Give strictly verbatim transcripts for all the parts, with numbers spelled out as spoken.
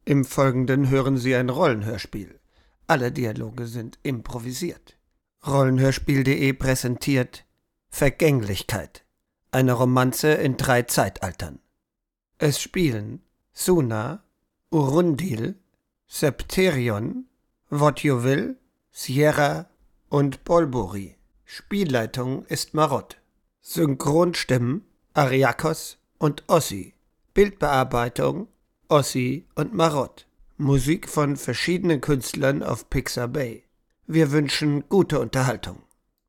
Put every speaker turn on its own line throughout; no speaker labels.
Im Folgenden hören Sie ein Rollenhörspiel. Alle Dialoge sind improvisiert. Rollenhörspiel punkt de präsentiert Vergänglichkeit. Eine Romanze in drei Zeitaltern. Es spielen Suna, Urundil, Septerion, Wotjovil, Sierra und Bolbori. Spielleitung ist Marott. Synchronstimmen Ariakos und Ossi. Bildbearbeitung Ossi und Marott. Musik von verschiedenen Künstlern auf Pixabay. Wir wünschen gute Unterhaltung.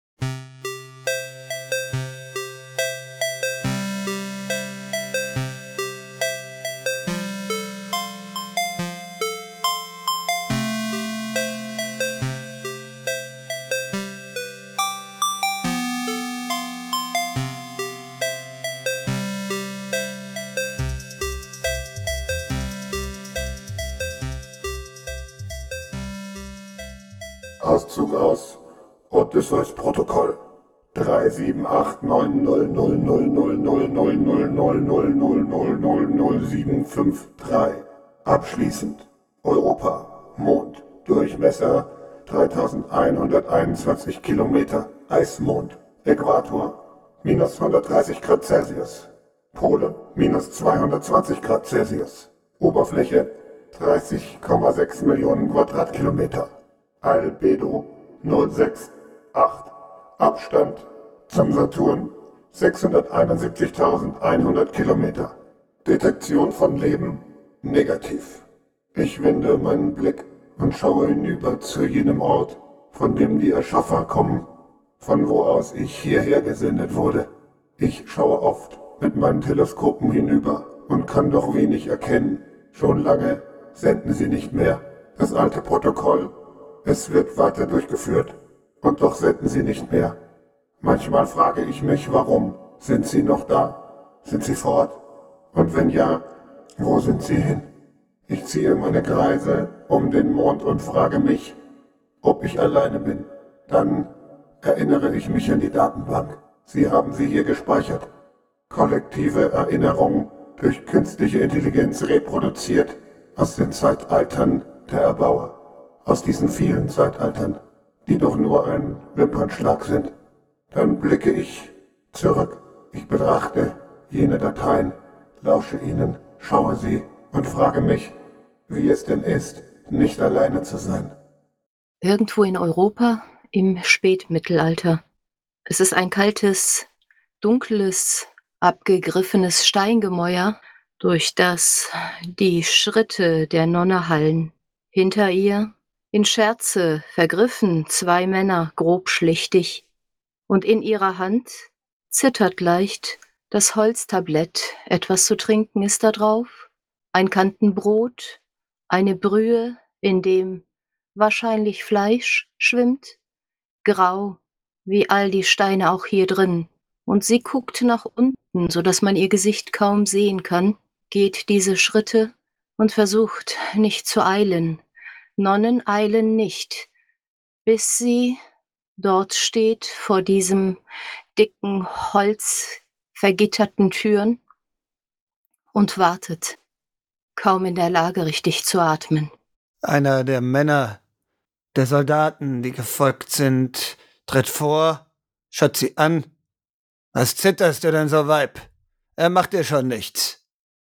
Auszug aus Odysseus-Protokoll drei sieben acht neun null null null null null null null null null null null null null sieben fünf drei. Abschließend Europa, Mond, Durchmesser dreitausendeinhunderteinundzwanzig Kilometer, Eismond, Äquator, minus hundertdreißig Grad Celsius, Pole, minus zweihundertzwanzig Grad Celsius, Oberfläche dreißig Komma sechs Millionen Quadratkilometer. Albedo null sechs acht. Abstand zum Saturn sechshunderteinundsiebzigtausendeinhundert Kilometer. Detektion von Leben negativ. Ich wende meinen Blick und schaue hinüber zu jenem Ort, von dem die Erschaffer kommen, von wo aus ich hierher gesendet wurde. Ich schaue oft mit meinen Teleskopen hinüber und kann doch wenig erkennen. Schon lange senden sie nicht mehr. Das alte Protokoll. Es wird weiter durchgeführt, und doch senden sie nicht mehr. Manchmal frage ich mich, warum? Sind sie noch da? Sind sie fort? Und wenn ja, wo sind sie hin? Ich ziehe meine Kreise um den Mond und frage mich, ob ich alleine bin. Dann erinnere ich mich an die Datenbank. Sie haben sie hier gespeichert. Kollektive Erinnerung durch künstliche Intelligenz reproduziert aus den Zeitaltern der Erbauer. Aus diesen vielen Zeitaltern, die doch nur ein Wimpernschlag sind. Dann blicke ich zurück. Ich betrachte jene Dateien, lausche ihnen, schaue sie und frage mich, wie es denn ist, nicht alleine zu sein.
Irgendwo in Europa im Spätmittelalter. Es ist ein kaltes, dunkles, abgegriffenes Steingemäuer, durch das die Schritte der Nonne hallen. Hinter ihr in Scherze vergriffen zwei Männer grobschlichtig, und in ihrer Hand zittert leicht das Holztablett. Etwas zu trinken ist da drauf, ein Kantenbrot, eine Brühe, in dem wahrscheinlich Fleisch schwimmt, grau wie all die Steine auch hier drin. Und sie guckt nach unten, so dass man ihr Gesicht kaum sehen kann, geht diese Schritte und versucht nicht zu eilen. Nonnen eilen nicht, bis sie dort steht vor diesem dicken Holz vergitterten Türen und wartet, kaum in der Lage richtig zu atmen.
Einer der Männer, der Soldaten, die gefolgt sind, tritt vor, schaut sie an. Was zitterst du denn so, Weib? Er macht dir schon nichts.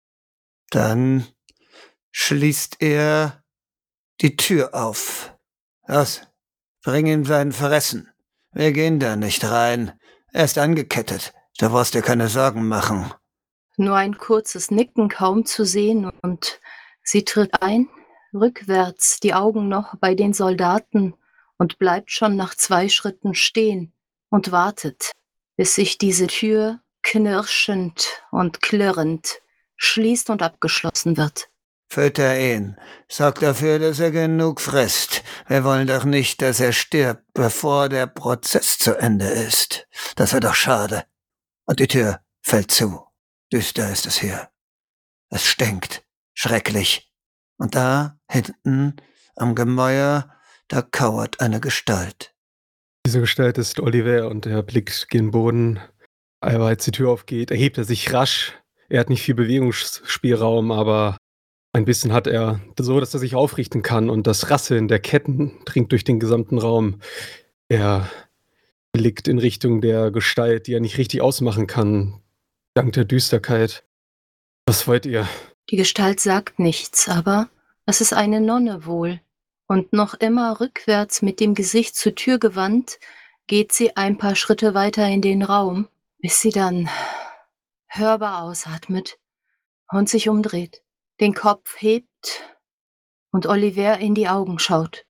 Dann schließt er die Tür auf. Los, bring ihm sein Fressen. Wir gehen da nicht rein. Er ist angekettet. Du brauchst dir keine Sorgen machen.
Nur ein kurzes Nicken kaum zu sehen, und sie tritt ein, rückwärts, die Augen noch bei den Soldaten, und bleibt schon nach zwei Schritten stehen und wartet, bis sich diese Tür knirschend und klirrend schließt und abgeschlossen wird.
Fütter ihn. Sorg dafür, dass er genug frisst. Wir wollen doch nicht, dass er stirbt, bevor der Prozess zu Ende ist. Das wäre doch schade. Und die Tür fällt zu. Düster ist es hier. Es stinkt. Schrecklich. Und da, hinten, am Gemäuer, da kauert eine Gestalt.
Diese Gestalt ist Oliver, und er blickt gen Boden. Aber als die Tür aufgeht, erhebt er sich rasch. Er hat nicht viel Bewegungsspielraum, aber Ein bisschen hat er, so dass er sich aufrichten kann und das Rasseln der Ketten dringt durch den gesamten Raum. Er blickt in Richtung der Gestalt, die er nicht richtig ausmachen kann, dank der Düsterkeit. Was wollt ihr?
Die Gestalt sagt nichts, aber es ist eine Nonne wohl. Und noch immer rückwärts mit dem Gesicht zur Tür gewandt, geht sie ein paar Schritte weiter in den Raum, bis sie dann hörbar ausatmet und sich umdreht, den Kopf hebt und Oliver in die Augen schaut.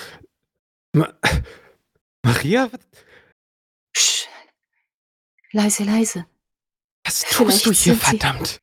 Ma Maria?
Psch, leise, leise.
Was tust
Vielleicht
du hier,
sind sie-
verdammt?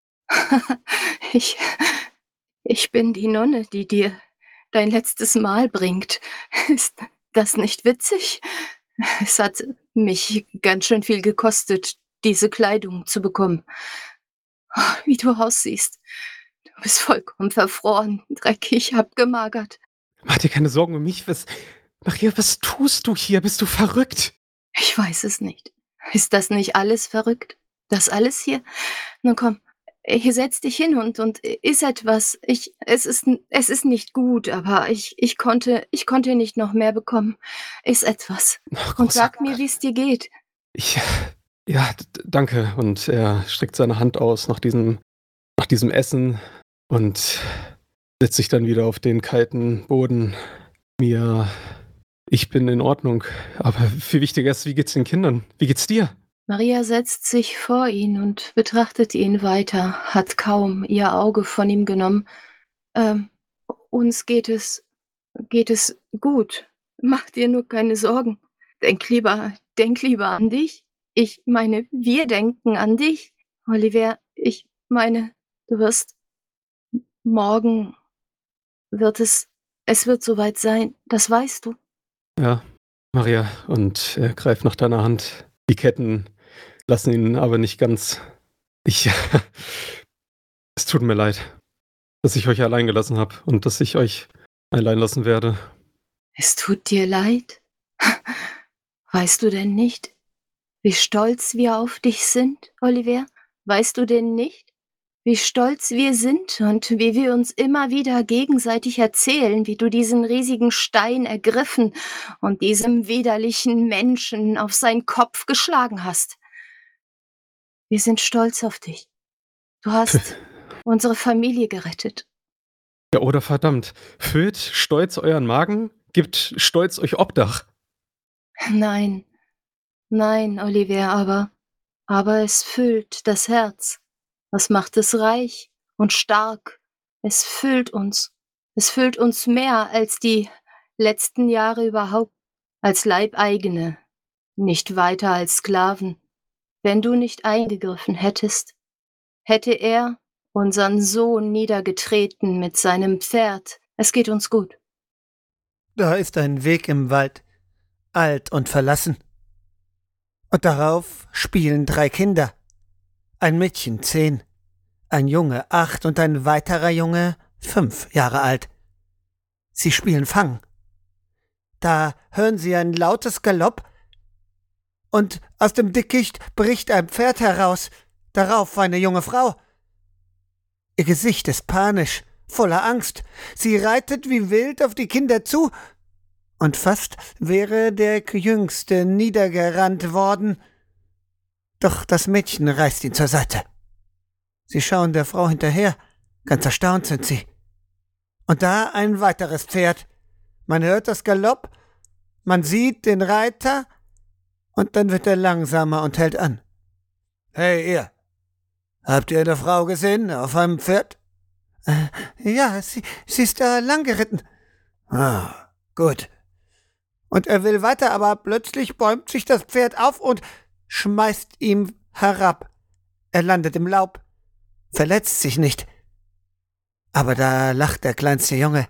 ich, ich bin die Nonne, die dir dein letztes Mahl bringt. Ist das nicht witzig? Es hat mich ganz schön viel gekostet, diese Kleidung zu bekommen. Oh, wie du aussiehst. Du bist vollkommen verfroren, dreckig, abgemagert.
Mach dir keine Sorgen um mich. Was, Maria, was tust du hier? Bist du verrückt?
Ich weiß es nicht. Ist das nicht alles verrückt? Das alles hier? Nun komm, hier setz dich hin und, und iss etwas. Ich, es ist, es ist nicht gut, aber ich, ich konnte, ich konnte nicht noch mehr bekommen. Iss etwas.
Ach,
Und
großer
sag mir,
Gott.
wie es dir geht.
Ich, ja, d- danke. Und er streckt seine Hand aus nach diesem, nach diesem Essen und setzt sich dann wieder auf den kalten Boden. Mir, ich bin in Ordnung. Aber viel wichtiger ist, wie geht's den Kindern? Wie geht's dir?
Maria setzt sich vor ihn und betrachtet ihn weiter, hat kaum ihr Auge von ihm genommen. Ähm, uns geht es, geht es gut. Mach dir nur keine Sorgen. Denk lieber, denk lieber an dich. Ich meine, wir denken an dich. Oliver, ich meine, du wirst morgen wird es, es wird soweit sein, das weißt du.
Ja, Maria. Und er greift nach deiner Hand. Die Ketten lassen ihn aber nicht ganz. Ich. Es tut mir leid, dass ich euch allein gelassen habe und dass ich euch allein lassen werde.
Es tut dir leid? Weißt du denn nicht, wie stolz wir auf dich sind, Oliver? Weißt du denn nicht, wie stolz wir sind und wie wir uns immer wieder gegenseitig erzählen, wie du diesen riesigen Stein ergriffen und diesem widerlichen Menschen auf seinen Kopf geschlagen hast? Wir sind stolz auf dich. Du hast unsere Familie gerettet.
Ja, oder verdammt. Füllt Stolz euren Magen? Gibt Stolz euch Obdach?
Nein, nein, Oliver, aber, aber es füllt das Herz. Das macht es reich und stark. Es füllt uns. Es füllt uns mehr als die letzten Jahre überhaupt, als Leibeigene, nicht weiter als Sklaven. Wenn du nicht eingegriffen hättest, hätte er unseren Sohn niedergetreten mit seinem Pferd. Es geht uns gut.
Da ist ein Weg im Wald, alt und verlassen. Und darauf spielen drei Kinder. Ein Mädchen zehn, ein Junge acht und ein weiterer Junge fünf Jahre alt. Sie spielen Fang. Da hören sie ein lautes Galopp und aus dem Dickicht bricht ein Pferd heraus, darauf eine junge Frau. Ihr Gesicht ist panisch, voller Angst. Sie reitet wie wild auf die Kinder zu, und fast wäre der Jüngste niedergerannt worden. Doch das Mädchen reißt ihn zur Seite. Sie schauen der Frau hinterher, ganz erstaunt sind sie. Und da ein weiteres Pferd. Man hört das Galopp, man sieht den Reiter, und dann wird er langsamer und hält an. »Hey, ihr! Habt ihr eine Frau gesehen auf einem Pferd?« äh, »Ja, sie, sie ist da lang geritten.« »Ah, gut.« Und er will weiter, aber plötzlich bäumt sich das Pferd auf und schmeißt ihm herab. Er landet im Laub, verletzt sich nicht. Aber da lacht der kleinste Junge.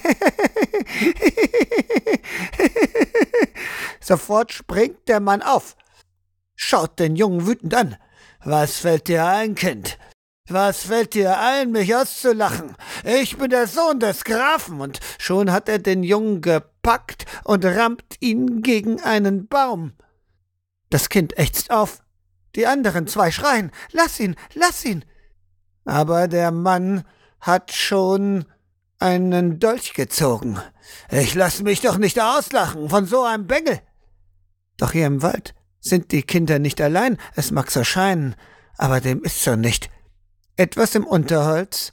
Sofort springt der Mann auf, schaut den Jungen wütend an. »Was fällt dir ein, Kind? Was fällt dir ein, mich auszulachen? Ich bin der Sohn des Grafen.« Und schon hat er den Jungen gepackt und rammt ihn gegen einen Baum. Das Kind ächzt auf. Die anderen zwei schreien, »Lass ihn, lass ihn!« Aber der Mann hat schon einen Dolch gezogen. Ich lasse mich doch nicht auslachen von so einem Bengel. Doch hier im Wald sind die Kinder nicht allein, es mag so scheinen, aber dem ist so nicht. Etwas im Unterholz,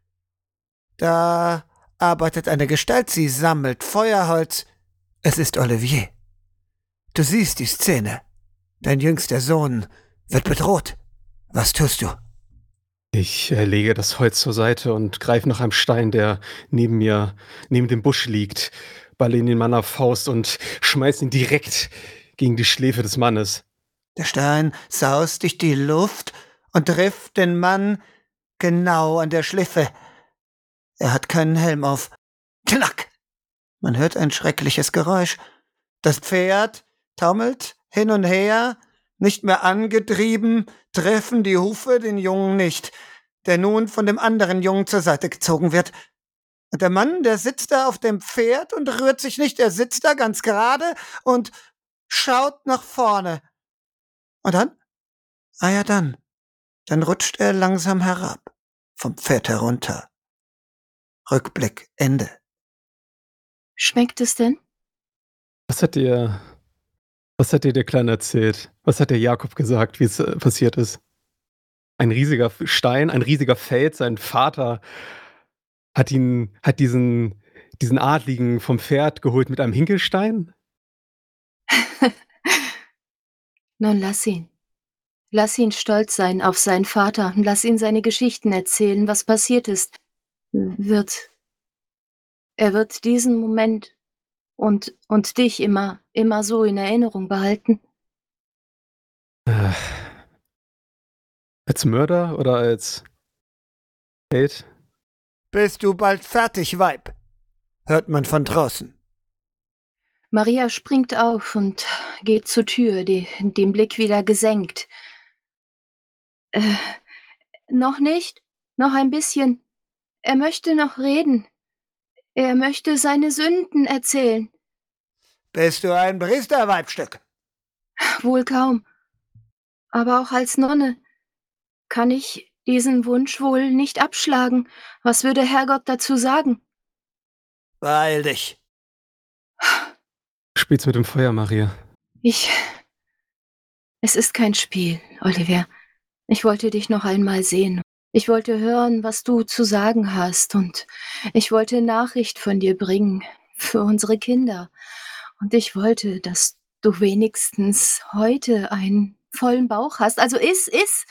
da arbeitet eine Gestalt, sie sammelt Feuerholz. Es ist Olivier. Du siehst die Szene. Dein jüngster Sohn wird bedroht. Was tust du?
Ich äh, lege das Holz zur Seite und greife nach einem Stein, der neben mir, neben dem Busch liegt, balle ihn in meiner Faust und schmeiß ihn direkt gegen die Schläfe des Mannes.
Der Stein saust durch die Luft und trifft den Mann genau an der Schlife. Er hat keinen Helm auf. Knack! Man hört ein schreckliches Geräusch. Das Pferd taumelt hin und her, nicht mehr angetrieben, treffen die Hufe den Jungen nicht, der nun von dem anderen Jungen zur Seite gezogen wird. Und der Mann, der sitzt da auf dem Pferd und rührt sich nicht, er sitzt da ganz gerade und schaut nach vorne. Und dann? Ah ja, dann. Dann rutscht er langsam herab, vom Pferd herunter. Rückblick, Ende.
Schmeckt es denn?
Was hat dir, was hat dir der Kleine erzählt? Was hat der Jakob gesagt, wie es äh, passiert ist? Ein riesiger Stein, ein riesiger Fels, sein Vater hat ihn, hat diesen, diesen Adligen vom Pferd geholt mit einem Hinkelstein?
Nun lass ihn. Lass ihn stolz sein auf seinen Vater und lass ihn seine Geschichten erzählen, was passiert ist. Wird. Er wird diesen Moment und, und dich immer, immer so in Erinnerung behalten.
Äh, als Mörder oder als Held?
Bist du bald fertig, Weib? Hört man von draußen.
Maria springt auf und geht zur Tür, die, den Blick wieder gesenkt. Äh, noch nicht? Noch ein bisschen. Er möchte noch reden. Er möchte seine Sünden erzählen.
Bist du ein Priesterweibstück?
Wohl kaum. Aber auch als Nonne kann ich diesen Wunsch wohl nicht abschlagen. Was würde Herrgott dazu sagen?
Beeil dich.
Spielst mit dem Feuer, Maria.
Ich... Es ist kein Spiel, Oliver. Ich wollte dich noch einmal sehen. Ich wollte hören, was du zu sagen hast, und ich wollte Nachricht von dir bringen für unsere Kinder. Und ich wollte, dass du wenigstens heute einen vollen Bauch hast. Also iss, iss!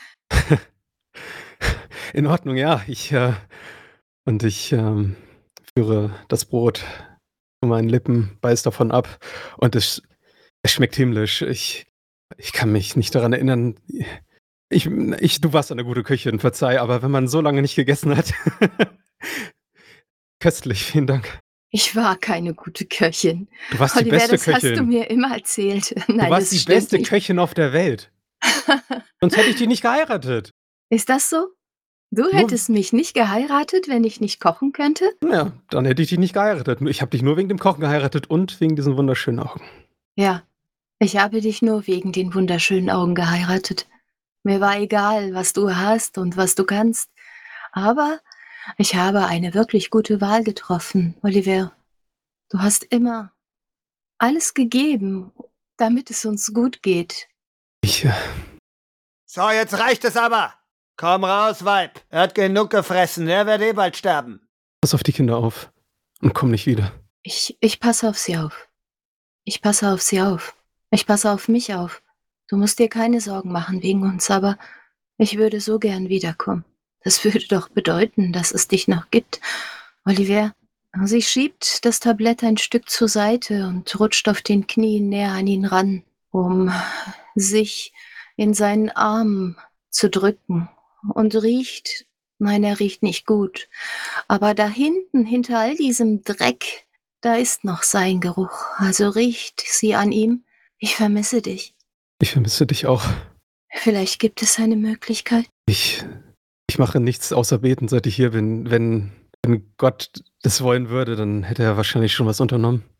In Ordnung, ja. Ich, äh, und ich ähm, führe das Brot zu meinen Lippen, beiß davon ab und es, es schmeckt himmlisch. Ich, ich kann mich nicht daran erinnern. Ich, ich, du warst eine gute Köchin, verzeih, aber wenn man so lange nicht gegessen hat. Köstlich, vielen Dank.
Ich war keine gute Köchin.
Du warst die
Oliver,
beste
das
Köchin.
hast du mir immer erzählt. Nein,
du warst
das
die beste
nicht.
Köchin auf der Welt. Sonst hätte ich dich nicht geheiratet.
Ist das so? Du
Nur-
hättest mich nicht geheiratet, wenn ich nicht kochen könnte?
Ja, dann hätte ich dich nicht geheiratet. Ich habe dich nur wegen dem Kochen geheiratet und wegen diesen wunderschönen Augen.
Ja, ich habe dich nur wegen den wunderschönen Augen geheiratet. Mir war egal, was du hast und was du kannst. Aber ich habe eine wirklich gute Wahl getroffen, Oliver. Du hast immer alles gegeben, damit es uns gut geht.
Ich, äh,
So, jetzt reicht es aber. Komm raus, Weib. Er hat genug gefressen. Er wird eh bald sterben.
pass auf die Kinder auf und komm nicht wieder.
Ich, ich passe auf sie auf. Ich passe auf sie auf. Ich passe auf mich auf. Du musst dir keine Sorgen machen wegen uns, aber ich würde so gern wiederkommen. Das würde doch bedeuten, dass es dich noch gibt. Oliver, sie schiebt das Tablett ein Stück zur Seite und rutscht auf den Knien näher an ihn ran, um sich in seinen Armen zu drücken, und riecht, nein, er riecht nicht gut, aber da hinten, hinter all diesem Dreck, da ist noch sein Geruch, also riecht sie an ihm. Ich vermisse dich.
Ich vermisse dich auch.
Vielleicht gibt es eine Möglichkeit.
Ich, ich mache nichts außer beten, seit ich hier bin. Wenn, wenn Gott das wollen würde, dann hätte er wahrscheinlich schon was unternommen.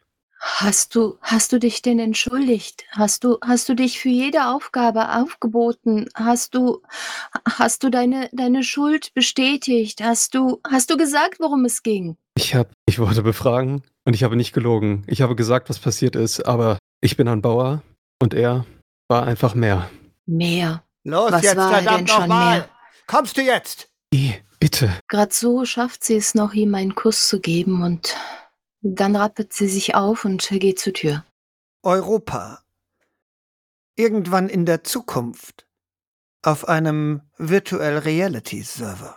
Hast du, hast du dich denn entschuldigt? Hast du, hast du dich für jede Aufgabe aufgeboten? Hast du, hast du deine, deine Schuld bestätigt? Hast du, hast du gesagt, worum es ging?
Ich habe, ich wollte befragen und ich habe nicht gelogen. Ich habe gesagt, was passiert ist, aber ich bin ein Bauer und er war einfach mehr.
Mehr.
Los
Was
jetzt,
war er denn
verdammt
schon
nochmal!
mehr?
Kommst du jetzt?
Eh, bitte.
Gerade so schafft sie es noch, ihm einen Kuss zu geben und dann rappelt sie sich auf und geht zur Tür.
Europa. Irgendwann in der Zukunft. Auf einem Virtual Reality Server.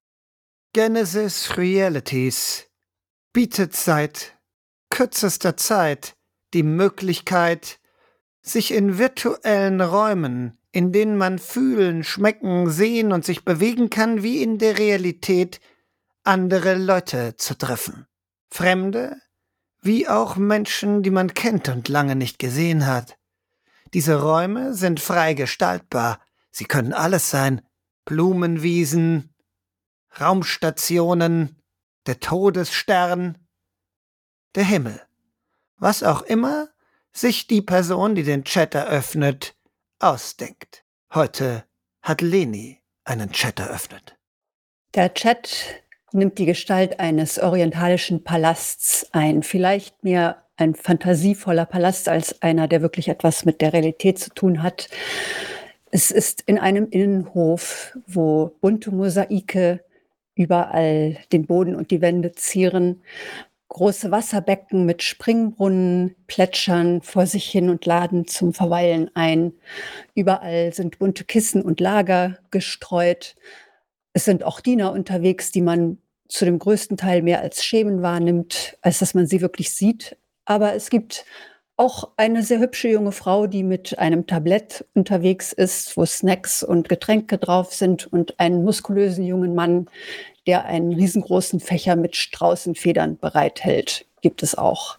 Genesis Realities bietet seit kürzester Zeit die Möglichkeit, sich in virtuellen Räumen, in denen man fühlen, schmecken, sehen und sich bewegen kann, wie in der Realität, andere Leute zu treffen. Fremde, wie auch Menschen, die man kennt und lange nicht gesehen hat. Diese Räume sind frei gestaltbar. Sie können alles sein. Blumenwiesen, Raumstationen, der Todesstern, der Himmel. Was auch immer sich die Person, die den Chat eröffnet, ausdenkt. Heute hat Leni einen Chat eröffnet.
Der Chat nimmt die Gestalt eines orientalischen Palasts ein. Vielleicht mehr ein fantasievoller Palast als einer, der wirklich etwas mit der Realität zu tun hat. Es ist in einem Innenhof, wo bunte Mosaike überall den Boden und die Wände zieren. Große Wasserbecken mit Springbrunnen plätschern vor sich hin und laden zum Verweilen ein. Überall sind bunte Kissen und Lager gestreut. Es sind auch Diener unterwegs, die man zu dem größten Teil mehr als Schemen wahrnimmt, als dass man sie wirklich sieht. Aber es gibt auch eine sehr hübsche junge Frau, die mit einem Tablett unterwegs ist, wo Snacks und Getränke drauf sind, und einen muskulösen jungen Mann, der einen riesengroßen Fächer mit Straußenfedern bereithält, gibt es auch.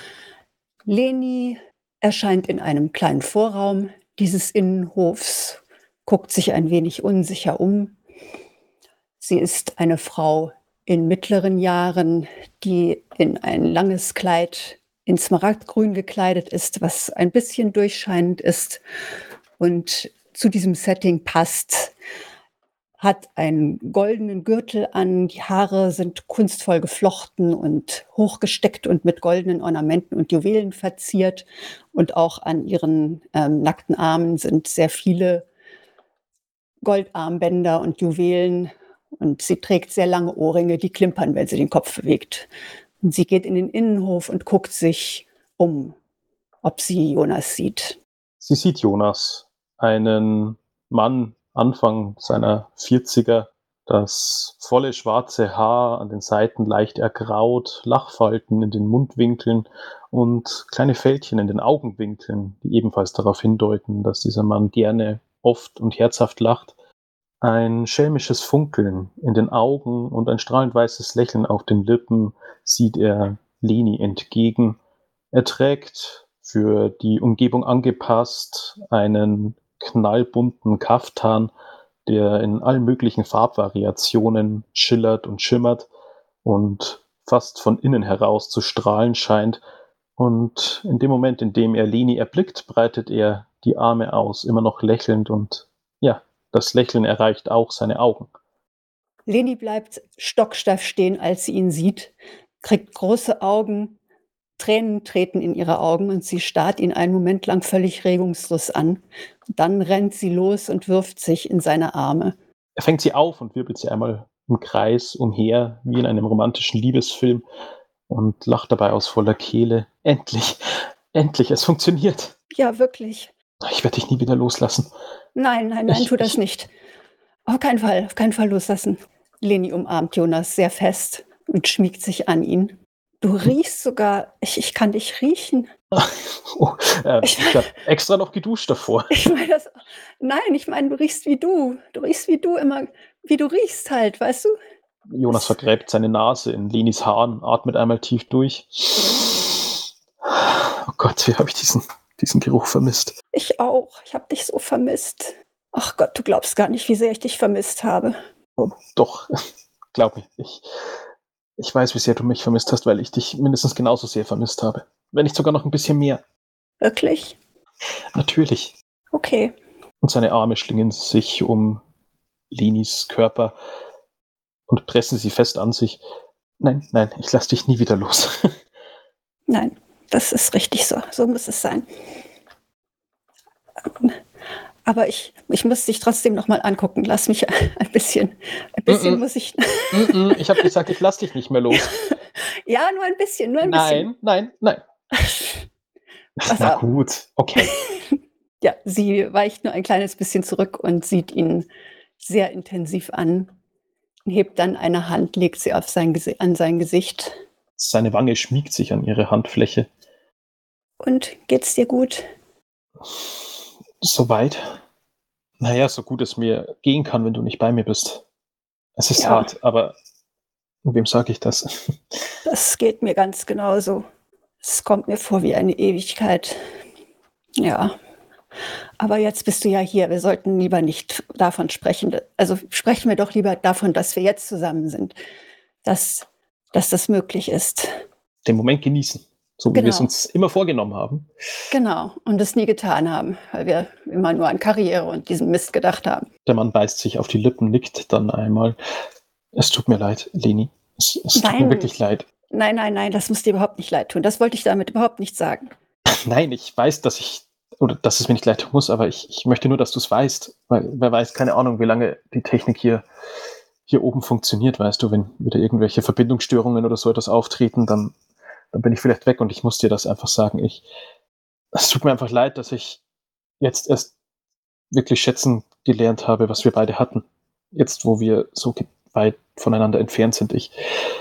Leni erscheint in einem kleinen Vorraum dieses Innenhofs, guckt sich ein wenig unsicher um. Sie ist eine Frau in mittleren Jahren, die in ein langes Kleid in Smaragdgrün gekleidet ist, was ein bisschen durchscheinend ist und zu diesem Setting passt. Hat einen goldenen Gürtel an, die Haare sind kunstvoll geflochten und hochgesteckt und mit goldenen Ornamenten und Juwelen verziert. Und auch an ihren ähm, nackten Armen sind sehr viele Goldarmbänder und Juwelen. Und sie trägt sehr lange Ohrringe, die klimpern, wenn sie den Kopf bewegt. Und sie geht in den Innenhof und guckt sich um, ob sie Jonas sieht.
Sie sieht Jonas, einen Mann Anfang seiner vierziger, das volle schwarze Haar an den Seiten leicht ergraut, Lachfalten in den Mundwinkeln und kleine Fältchen in den Augenwinkeln, die ebenfalls darauf hindeuten, dass dieser Mann gerne, oft und herzhaft lacht. Ein schelmisches Funkeln in den Augen und ein strahlend weißes Lächeln auf den Lippen sieht er Leni entgegen. Er trägt, für die Umgebung angepasst, einen knallbunten Kaftan, der in allen möglichen Farbvariationen schillert und schimmert und fast von innen heraus zu strahlen scheint. Und in dem Moment, in dem er Leni erblickt, breitet er die Arme aus, immer noch lächelnd, und ja, das Lächeln erreicht auch seine Augen.
Leni bleibt stocksteif stehen, als sie ihn sieht, kriegt große Augen, Tränen treten in ihre Augen und sie starrt ihn einen Moment lang völlig regungslos an. Dann rennt sie los und wirft sich in seine Arme.
Er fängt sie auf und wirbelt sie einmal im Kreis umher, wie in einem romantischen Liebesfilm, und lacht dabei aus voller Kehle. Endlich, endlich, es funktioniert.
Ja, wirklich.
Ich werde dich nie wieder loslassen.
Nein, nein, nein,
Ich-
tu das
ich-
nicht. Auf keinen Fall, auf keinen Fall loslassen. Leni umarmt Jonas sehr fest und schmiegt sich an ihn. Du riechst sogar, ich, ich kann dich riechen.
Oh, äh,
Ich-
ich habe extra noch geduscht davor.
Ich meine das, nein, ich meine, du riechst wie du. Du riechst wie du immer, wie du riechst halt, weißt du?
Jonas vergräbt seine Nase in Lenis Haaren, atmet einmal tief durch. Oh Gott, wie habe ich diesen, diesen Geruch vermisst.
Ich auch. Ich habe dich so vermisst. Ach Gott, du glaubst gar nicht, wie sehr ich dich vermisst habe.
Oh, doch, glaub mir, ich, ich weiß, wie sehr du mich vermisst hast, weil ich dich mindestens genauso sehr vermisst habe. wenn nicht sogar noch ein bisschen mehr.
Wirklich?
Natürlich.
Okay.
Und seine Arme schlingen sich um Lenis Körper und pressen sie fest an sich. Nein, nein, ich lass dich nie wieder los.
Nein, das ist richtig so. So muss es sein. Aber ich, ich muss dich trotzdem noch mal angucken. Lass mich ein bisschen, ein bisschen
Mm-mm.
muss ich.
Mm-mm, ich habe gesagt, ich lass dich nicht mehr los.
Ja, nur ein bisschen, nur ein
Nein, nein, nein.
bisschen. Pass
Na
auf.
gut, okay.
Ja, sie weicht nur ein kleines bisschen zurück und sieht ihn sehr intensiv an. Hebt dann eine Hand, legt sie auf sein Gesi- an sein Gesicht.
Seine Wange schmiegt sich an ihre Handfläche.
Und geht's dir gut?
Soweit? Naja, so gut es mir gehen kann, wenn du nicht bei mir bist. Es ist
Ja.
hart, aber wem sage ich das?
Das geht mir ganz genauso. Es kommt mir vor wie eine Ewigkeit. Ja. Aber jetzt bist du ja hier. Wir sollten lieber nicht davon sprechen. Also sprechen wir doch lieber davon, dass wir jetzt zusammen sind. Dass, dass das möglich ist.
Den Moment genießen, so wie wir es
Genau.
uns immer vorgenommen haben.
Genau. Und es nie getan haben, weil wir immer nur an Karriere und diesen Mist gedacht haben.
Der Mann beißt sich auf die Lippen, nickt dann einmal. Es tut mir leid, Leni. Es, es tut mir
Nein.
wirklich leid.
Nein, nein, nein, das muss dir überhaupt nicht leid tun. Das wollte ich damit überhaupt nicht sagen.
Nein, ich weiß, dass ich, oder dass es mir nicht leid tun muss, aber ich, ich möchte nur, dass du es weißt. Weil wer weiß, keine Ahnung, wie lange die Technik hier, hier oben funktioniert, weißt du, wenn wieder irgendwelche Verbindungsstörungen oder so etwas auftreten, dann, dann bin ich vielleicht weg und ich muss dir das einfach sagen. Ich, es tut mir einfach leid, dass ich jetzt erst wirklich schätzen gelernt habe, was wir beide hatten. Jetzt, wo wir so weit voneinander entfernt sind. Ich,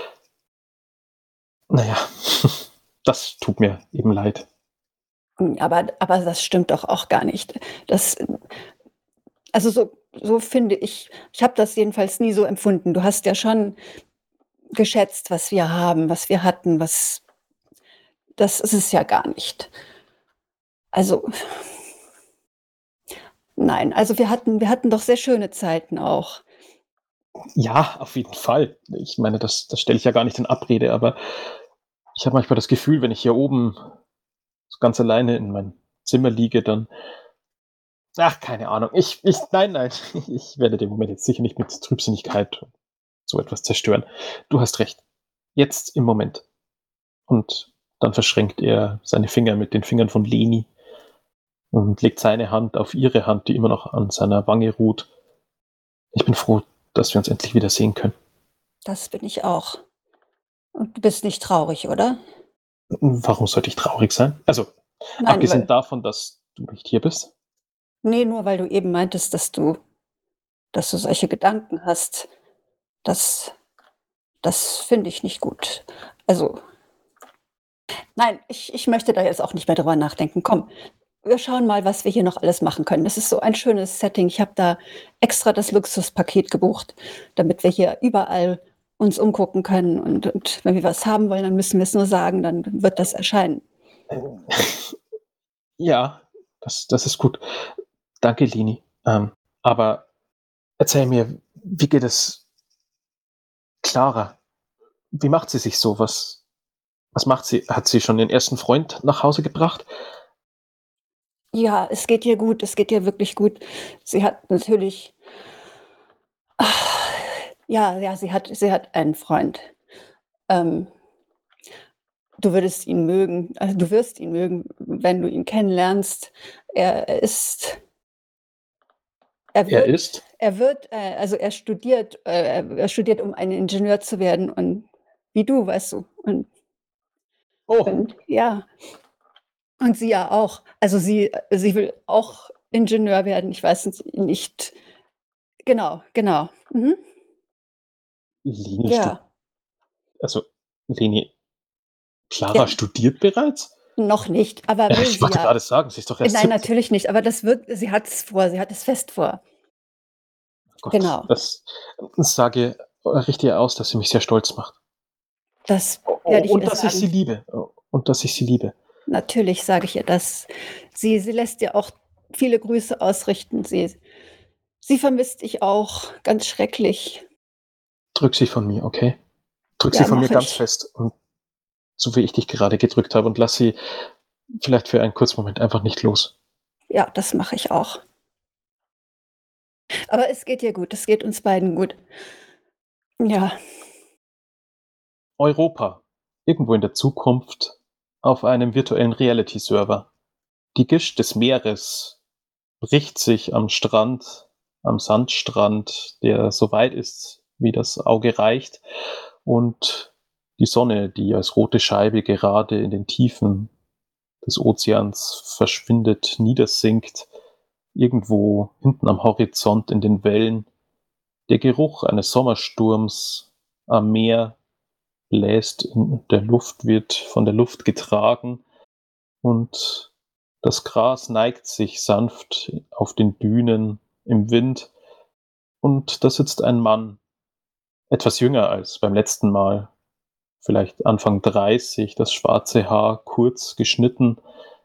naja, das tut mir eben leid.
Aber, aber das stimmt doch auch gar nicht. Das, also so, so finde ich, ich habe das jedenfalls nie so empfunden. Du hast ja schon geschätzt, was wir haben, was wir hatten, was, das ist es ja gar nicht. Also, nein, also wir hatten, wir hatten doch sehr schöne Zeiten auch.
Ja, auf jeden Fall. Ich meine, das, das stelle ich ja gar nicht in Abrede, aber ich habe manchmal das Gefühl, wenn ich hier oben so ganz alleine in meinem Zimmer liege, dann. Ach, keine Ahnung. Ich, ich, nein, nein. Ich werde den Moment jetzt sicher nicht mit Trübsinnigkeit so etwas zerstören. Du hast recht. Jetzt im Moment. Und dann verschränkt er seine Finger mit den Fingern von Leni und legt seine Hand auf ihre Hand, die immer noch an seiner Wange ruht. Ich bin froh, dass wir uns endlich wieder sehen können.
Das bin ich auch. Und du bist nicht traurig, oder?
Warum sollte ich traurig sein? Also,
Nein,
abgesehen
weil,
davon, dass du nicht hier bist.
nee, nur weil du eben meintest, dass du, dass du solche Gedanken hast. Das, das finde ich nicht gut. Also, nein, ich, ich möchte da jetzt auch nicht mehr drüber nachdenken. Komm, wir schauen mal, was wir hier noch alles machen können. Das ist so ein schönes Setting. Ich habe da extra das Luxuspaket gebucht, damit wir hier überall uns umgucken können. Und, und wenn wir was haben wollen, dann müssen wir es nur sagen, dann wird das erscheinen.
Ja, das, das ist gut. Danke, Lini. Ähm, aber erzähl mir, wie geht es Clara? Wie macht sie sich so? Was, was macht sie? Hat sie schon den ersten Freund nach Hause gebracht?
Ja, es geht ihr gut, es geht ihr wirklich gut. Sie hat natürlich, ach, ja, ja, sie hat, sie hat einen Freund. Ähm, du würdest ihn mögen, also du wirst ihn mögen, wenn du ihn kennenlernst. Er ist, er
Er
wird,
ist?
er wird, äh, also er studiert, äh, er er studiert, um ein Ingenieur zu werden und wie du, weißt du. Und,
Oh,
und ja, und sie ja auch. Also sie, sie will auch Ingenieur werden. Ich weiß nicht. Genau, genau. Mhm.
Leni studiert.
Ja,
Also, Leni, Clara
ja,
studiert bereits?
noch nicht, aber
Ja,
will
ich
sie
wollte
ja.
gerade sagen, sie ist doch erst
Nein,
siebzehn.
natürlich nicht, aber das wird, sie hat es vor, sie hat es fest vor.
Gott,
Genau.
das, das sage richtig aus, dass sie mich sehr stolz macht.
Das
Oh,
werde ich
und
ihr
dass ich sie
sagen.
liebe. Oh, und dass ich sie liebe.
Natürlich sage ich ihr das. Sie, sie lässt dir auch viele Grüße ausrichten. Sie, sie vermisst dich auch ganz schrecklich.
Drück sie von mir, okay? Drück
Ja,
sie von mir
mache
ganz
ich.
fest und so wie ich dich gerade gedrückt habe, und lass sie vielleicht für einen kurzen Moment einfach nicht los.
Ja, das mache ich auch. Aber es geht dir gut, es geht uns beiden gut. Ja,
Europa. Irgendwo in der Zukunft auf einem virtuellen Reality-Server. Die Gischt des Meeres bricht sich am Strand, am Sandstrand, der so weit ist, wie das Auge reicht, und die Sonne, die als rote Scheibe gerade in den Tiefen des Ozeans verschwindet, niedersinkt, irgendwo hinten am Horizont in den Wellen. Der Geruch eines Sommersturms am Meer bläst in der Luft, wird von der Luft getragen, und das Gras neigt sich sanft auf den Dünen im Wind, und da sitzt ein Mann, etwas jünger als beim letzten Mal, vielleicht Anfang dreißig, das schwarze Haar kurz geschnitten,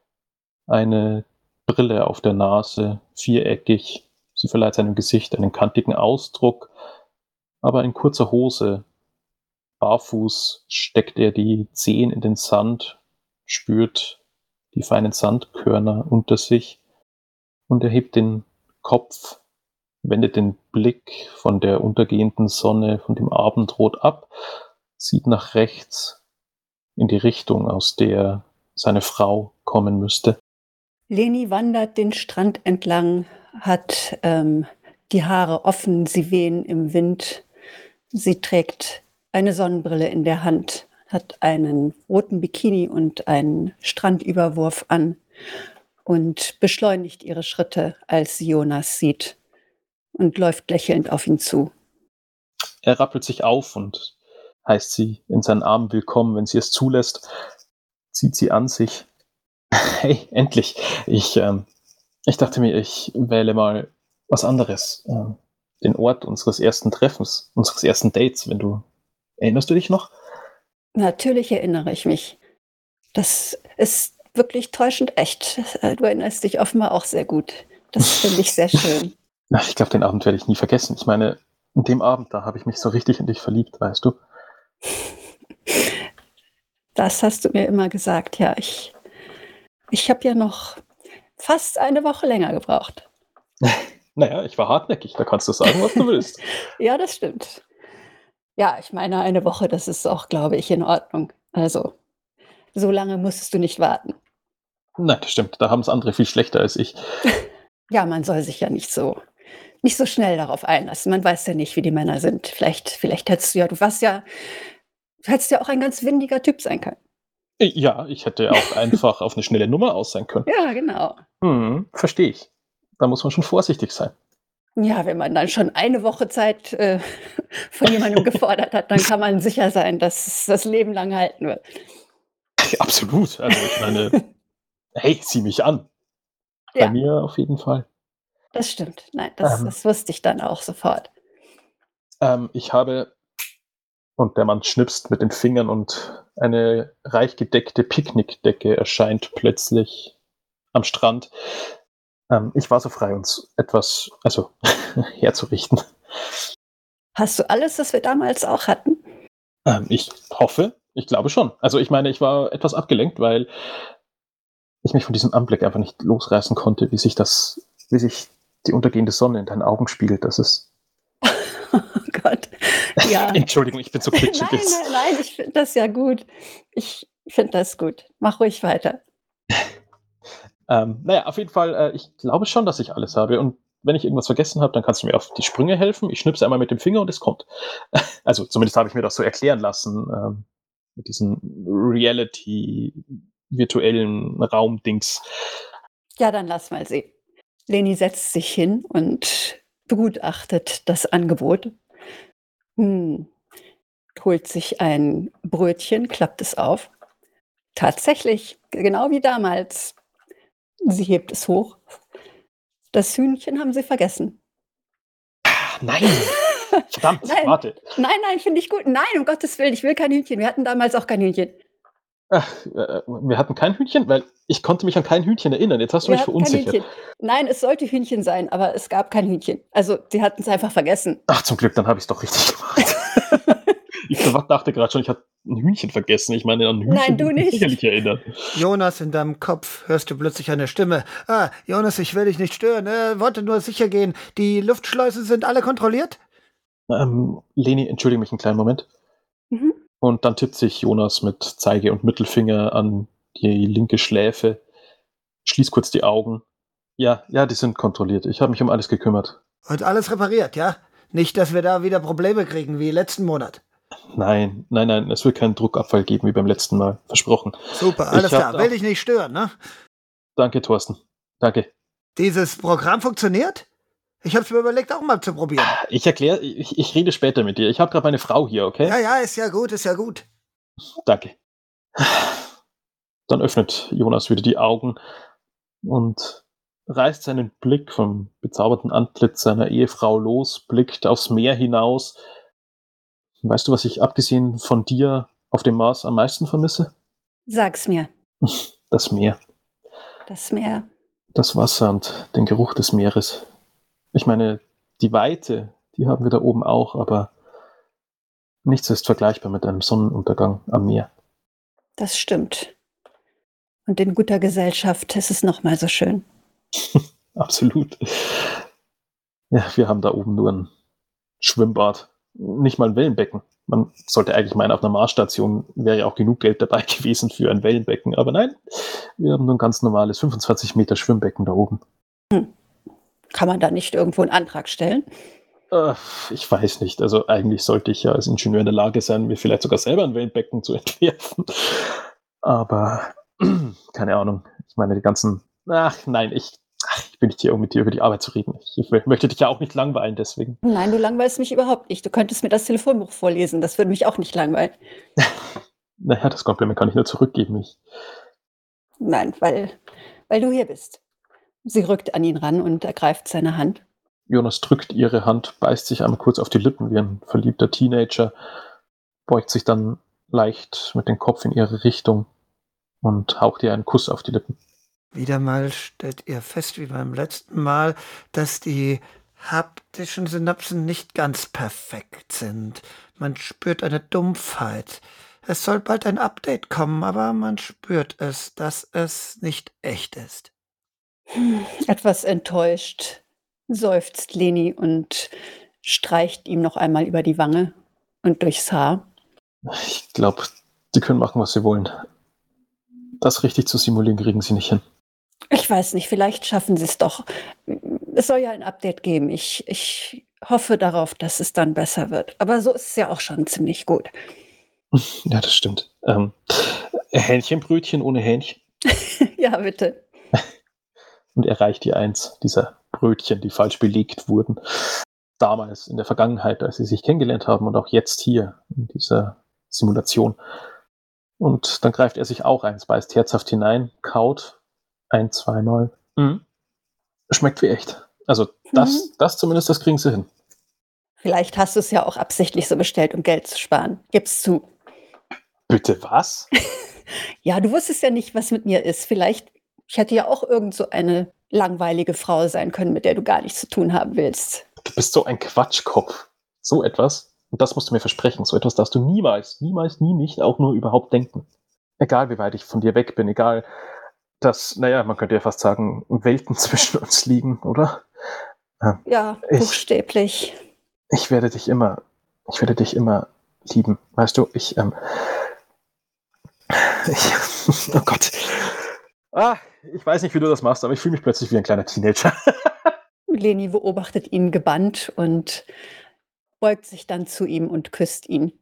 eine Brille auf der Nase, viereckig, sie verleiht seinem Gesicht einen kantigen Ausdruck, aber in kurzer Hose, barfuß, steckt er die Zehen in den Sand, spürt die feinen Sandkörner unter sich und erhebt den Kopf, wendet den Blick von der untergehenden Sonne, von dem Abendrot ab, sieht nach rechts in die Richtung, aus der seine Frau kommen müsste.
Leni wandert den Strand entlang, hat ähm, die Haare offen, sie wehen im Wind. Sie trägt eine Sonnenbrille in der Hand, hat einen roten Bikini und einen Strandüberwurf an und beschleunigt ihre Schritte, als sie Jonas sieht, und läuft lächelnd auf ihn zu.
Er rappelt sich auf und heißt sie in seinen Armen willkommen, wenn sie es zulässt, zieht sie an sich. Hey, endlich. Ich, ähm, ich dachte mir, ich wähle mal was anderes. Ähm, den Ort unseres ersten Treffens, unseres ersten Dates, wenn du... Erinnerst du dich noch?
Natürlich erinnere ich mich. Das ist wirklich täuschend echt. Du erinnerst dich offenbar auch sehr gut. Das finde ich sehr schön.
Ach, ich glaube, den Abend werde ich nie vergessen. Ich meine, an dem Abend, da habe ich mich so richtig in dich verliebt, weißt du?
Das hast du mir immer gesagt, ja. Ich, ich habe ja noch fast eine Woche länger gebraucht.
Naja, ich war hartnäckig, da kannst du sagen, was du willst.
Ja, das stimmt. Ja, ich meine, eine Woche, das ist auch, glaube ich, in Ordnung. Also, so lange musstest du nicht warten.
Nein, das stimmt, da haben es andere viel schlechter als ich.
Ja, man soll sich ja nicht so, nicht so schnell darauf einlassen. Man weiß ja nicht, wie die Männer sind. Vielleicht, vielleicht hättest du ja, du warst ja, du hättest ja auch ein ganz windiger Typ sein können.
Ja, ich hätte auch einfach auf eine schnelle Nummer aus sein können.
Ja, genau.
Hm, verstehe ich. Da muss man schon vorsichtig sein.
Ja, wenn man dann schon eine Woche Zeit äh, von jemandem gefordert hat, dann kann man sicher sein, dass es das Leben lang halten wird.
Absolut. Also ich meine, hey, zieh mich an. Bei
Ja.
mir auf jeden Fall.
Das stimmt. Nein, das,
Ähm.
das wusste ich dann auch sofort.
Ähm, ich habe, und der Mann schnipst mit den Fingern und eine reich gedeckte Picknickdecke erscheint plötzlich am Strand. Ähm, ich war so frei, uns etwas, also herzurichten.
Hast du alles, was wir damals auch hatten?
Ähm, ich hoffe, ich glaube schon. Also ich meine, ich war etwas abgelenkt, weil ich mich von diesem Anblick einfach nicht losreißen konnte, wie sich das, wie sich die untergehende Sonne in deinen Augen spiegelt. Das ist...
Oh Gott, ja.
Entschuldigung, ich bin so kitschig
Nein,
jetzt.
nein, nein, ich finde das ja gut. Ich finde das gut. Mach ruhig weiter.
Ähm, naja, auf jeden Fall, äh, ich glaube schon, dass ich alles habe. Und wenn ich irgendwas vergessen habe, dann kannst du mir auf die Sprünge helfen. Ich schnipse einmal mit dem Finger und es kommt. Also zumindest habe ich mir das so erklären lassen, ähm, mit diesem Reality-virtuellen Raumdings.
Ja, dann lass mal sehen. Leni setzt sich hin und begutachtet das Angebot. Hm. Holt sich ein Brötchen, klappt es auf. Tatsächlich, genau wie damals. Sie hebt es hoch. Das Hühnchen haben sie vergessen.
Ach, nein! Verdammt,
Nein.
warte.
Nein, nein, finde ich gut. Nein, um Gottes Willen, ich will kein Hühnchen. Wir hatten damals auch kein Hühnchen.
Ach, äh, wir hatten kein Hühnchen, weil ich konnte mich an kein Hühnchen erinnern. Jetzt hast du
Wir
mich
hatten kein
verunsichert.
Hühnchen. Nein, es sollte Hühnchen sein, aber es gab kein Hühnchen. Also, sie hatten es einfach vergessen.
Ach, zum Glück, dann habe ich es doch richtig gemacht. Ich dachte gerade schon, ich hatte ein Hühnchen vergessen. Ich meine, an ein Hühnchen
Nein, du
würde ich mich
nicht.
sicherlich erinnern.
Jonas, in deinem Kopf hörst du plötzlich eine Stimme. Ah, Jonas, ich will dich nicht stören. Er wollte nur sicher gehen. Die Luftschleuse sind alle kontrolliert?
Ähm, Leni, entschuldige mich einen kleinen Moment.
Mhm.
Und dann tippt sich Jonas mit Zeige und Mittelfinger an die linke Schläfe, schließt kurz die Augen. Ja, ja, die sind kontrolliert. Ich habe mich um alles gekümmert.
Und alles repariert, ja? Nicht, dass wir da wieder Probleme kriegen wie letzten Monat.
Nein, nein, nein, es wird keinen Druckabfall geben wie beim letzten Mal. Versprochen.
Super, alles
Ich hab
klar. Will
auch-
dich nicht stören, ne?
Danke, Thorsten. Danke.
Dieses Programm funktioniert? Ich hab's mir überlegt, auch mal zu probieren.
Ich erkläre, ich, ich rede später mit dir. Ich habe gerade meine Frau hier, okay?
Ja, ja, ist ja gut, ist ja gut.
Danke. Dann öffnet Jonas wieder die Augen und reißt seinen Blick vom bezauberten Antlitz seiner Ehefrau los, blickt aufs Meer hinaus. Weißt du, was ich abgesehen von dir auf dem Mars am meisten vermisse?
Sag's mir,
Das Meer,
das Meer.
das Wasser und den Geruch des Meeres. Ich meine, die Weite, die haben wir da oben auch, aber nichts ist vergleichbar mit einem Sonnenuntergang am Meer.
Das stimmt. Und in guter Gesellschaft ist es noch mal so schön.
Absolut. Ja, wir haben da oben nur ein Schwimmbad, nicht mal ein Wellenbecken. Man sollte eigentlich meinen, auf einer Marsstation wäre ja auch genug Geld dabei gewesen für ein Wellenbecken, aber nein, wir haben nur ein ganz normales fünfundzwanzig Meter Schwimmbecken da oben.
Kann man da nicht irgendwo einen Antrag stellen?
Äh, ich weiß nicht, also eigentlich sollte ich ja als Ingenieur in der Lage sein, mir vielleicht sogar selber ein Wellenbecken zu entwerfen, aber keine Ahnung, ich meine die ganzen, ach nein, ich, ach, ich bin nicht hier, um mit dir über die Arbeit zu reden. Ich, ich möchte dich ja auch nicht langweilen, deswegen.
Nein, du langweilst mich überhaupt nicht. Du könntest mir das Telefonbuch vorlesen. Das würde mich auch nicht langweilen.
Naja, das Kompliment kann ich nur zurückgeben. Ich,
Nein, weil, weil du hier bist. Sie rückt an ihn ran und ergreift seine Hand.
Jonas drückt ihre Hand, beißt sich einmal kurz auf die Lippen wie ein verliebter Teenager, beugt sich dann leicht mit dem Kopf in ihre Richtung und haucht ihr einen Kuss auf die Lippen.
Wieder mal stellt ihr fest, wie beim letzten Mal, dass die haptischen Synapsen nicht ganz perfekt sind. Man spürt eine Dumpfheit. Es soll bald ein Update kommen, aber man spürt es, dass es nicht echt ist.
Etwas enttäuscht seufzt Leni und streicht ihm noch einmal über die Wange und durchs Haar.
Ich glaube, sie können machen, was sie wollen. Das richtig zu simulieren, kriegen sie nicht hin.
Ich weiß nicht, vielleicht schaffen sie es doch. Es soll ja ein Update geben. Ich, ich hoffe darauf, dass es dann besser wird. Aber so ist es ja auch schon ziemlich gut.
Ja, das stimmt. Ähm, Hähnchenbrötchen ohne Hähnchen.
Ja, bitte.
Und er reicht ihr eins dieser Brötchen, die falsch belegt wurden. Damals in der Vergangenheit, als sie sich kennengelernt haben und auch jetzt hier in dieser Simulation. Und dann greift er sich auch eins, beißt herzhaft hinein, kaut ein, zweimal. Mhm. Schmeckt wie echt. Also das,
Mhm.
das zumindest, das kriegen sie hin.
Vielleicht hast du es ja auch absichtlich so bestellt, um Geld zu sparen. Gib's zu.
Bitte was?
Ja, du wusstest ja nicht, was mit mir ist. Vielleicht, ich hätte ja auch irgend so eine langweilige Frau sein können, mit der du gar nichts zu tun haben willst.
Du bist so ein Quatschkopf. So etwas, und das musst du mir versprechen, so etwas darfst du niemals, niemals, nie nicht auch nur überhaupt denken. Egal, wie weit ich von dir weg bin, egal, dass, naja, man könnte ja fast sagen, Welten zwischen uns liegen, oder?
Ja,
Ich-
buchstäblich.
Ich werde dich immer, ich werde dich immer lieben. Weißt du, ich, ähm, ich, oh Gott. Ah, ich weiß nicht, wie du das machst, aber ich fühle mich plötzlich wie ein kleiner Teenager.
Leni beobachtet ihn gebannt und beugt sich dann zu ihm und küsst ihn.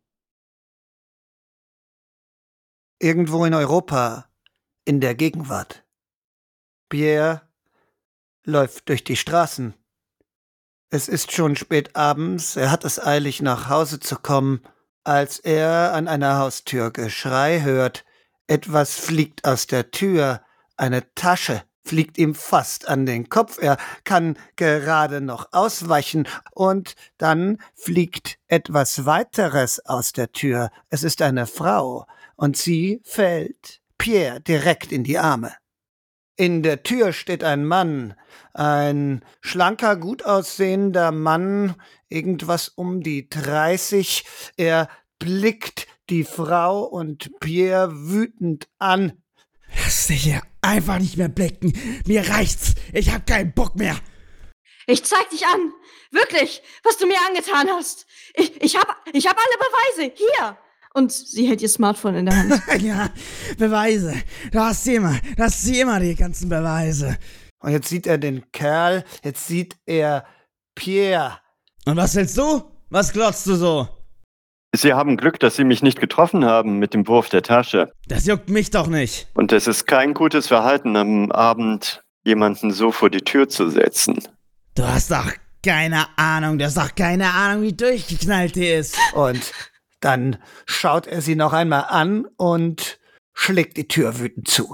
Irgendwo in Europa, in der Gegenwart. Pierre läuft durch die Straßen. Es ist schon spät abends, er hat es eilig, nach Hause zu kommen, als er an einer Haustür Geschrei hört. Etwas fliegt aus der Tür, eine Tasche fliegt ihm fast an den Kopf, er kann gerade noch ausweichen, und dann fliegt etwas weiteres aus der Tür. Es ist eine Frau, und sie fällt Pierre direkt in die Arme. In der Tür steht ein Mann, ein schlanker, gut aussehender Mann, irgendwas um die dreißig. Er blickt die Frau und Pierre wütend an.
Lass dich hier einfach nicht mehr blicken. Mir reicht's. Ich hab keinen Bock mehr.
Ich zeig dich an. Wirklich, was du mir angetan hast. Ich, ich hab, ich hab alle Beweise. Hier. Und sie hält ihr Smartphone in der Hand.
Ja, Beweise. Du hast sie immer. Du hast sie immer, die ganzen Beweise.
Und jetzt sieht er den Kerl, jetzt sieht er Pierre.
Und was willst du? Was glotzt du so?
Sie haben Glück, dass Sie mich nicht getroffen haben mit dem Wurf der Tasche.
Das juckt mich doch nicht.
Und es ist kein gutes Verhalten, am Abend jemanden so vor die Tür zu setzen.
Du hast doch keine Ahnung, du hast doch keine Ahnung, wie durchgeknallt die ist.
Und dann schaut er sie noch einmal an und schlägt die Tür wütend zu.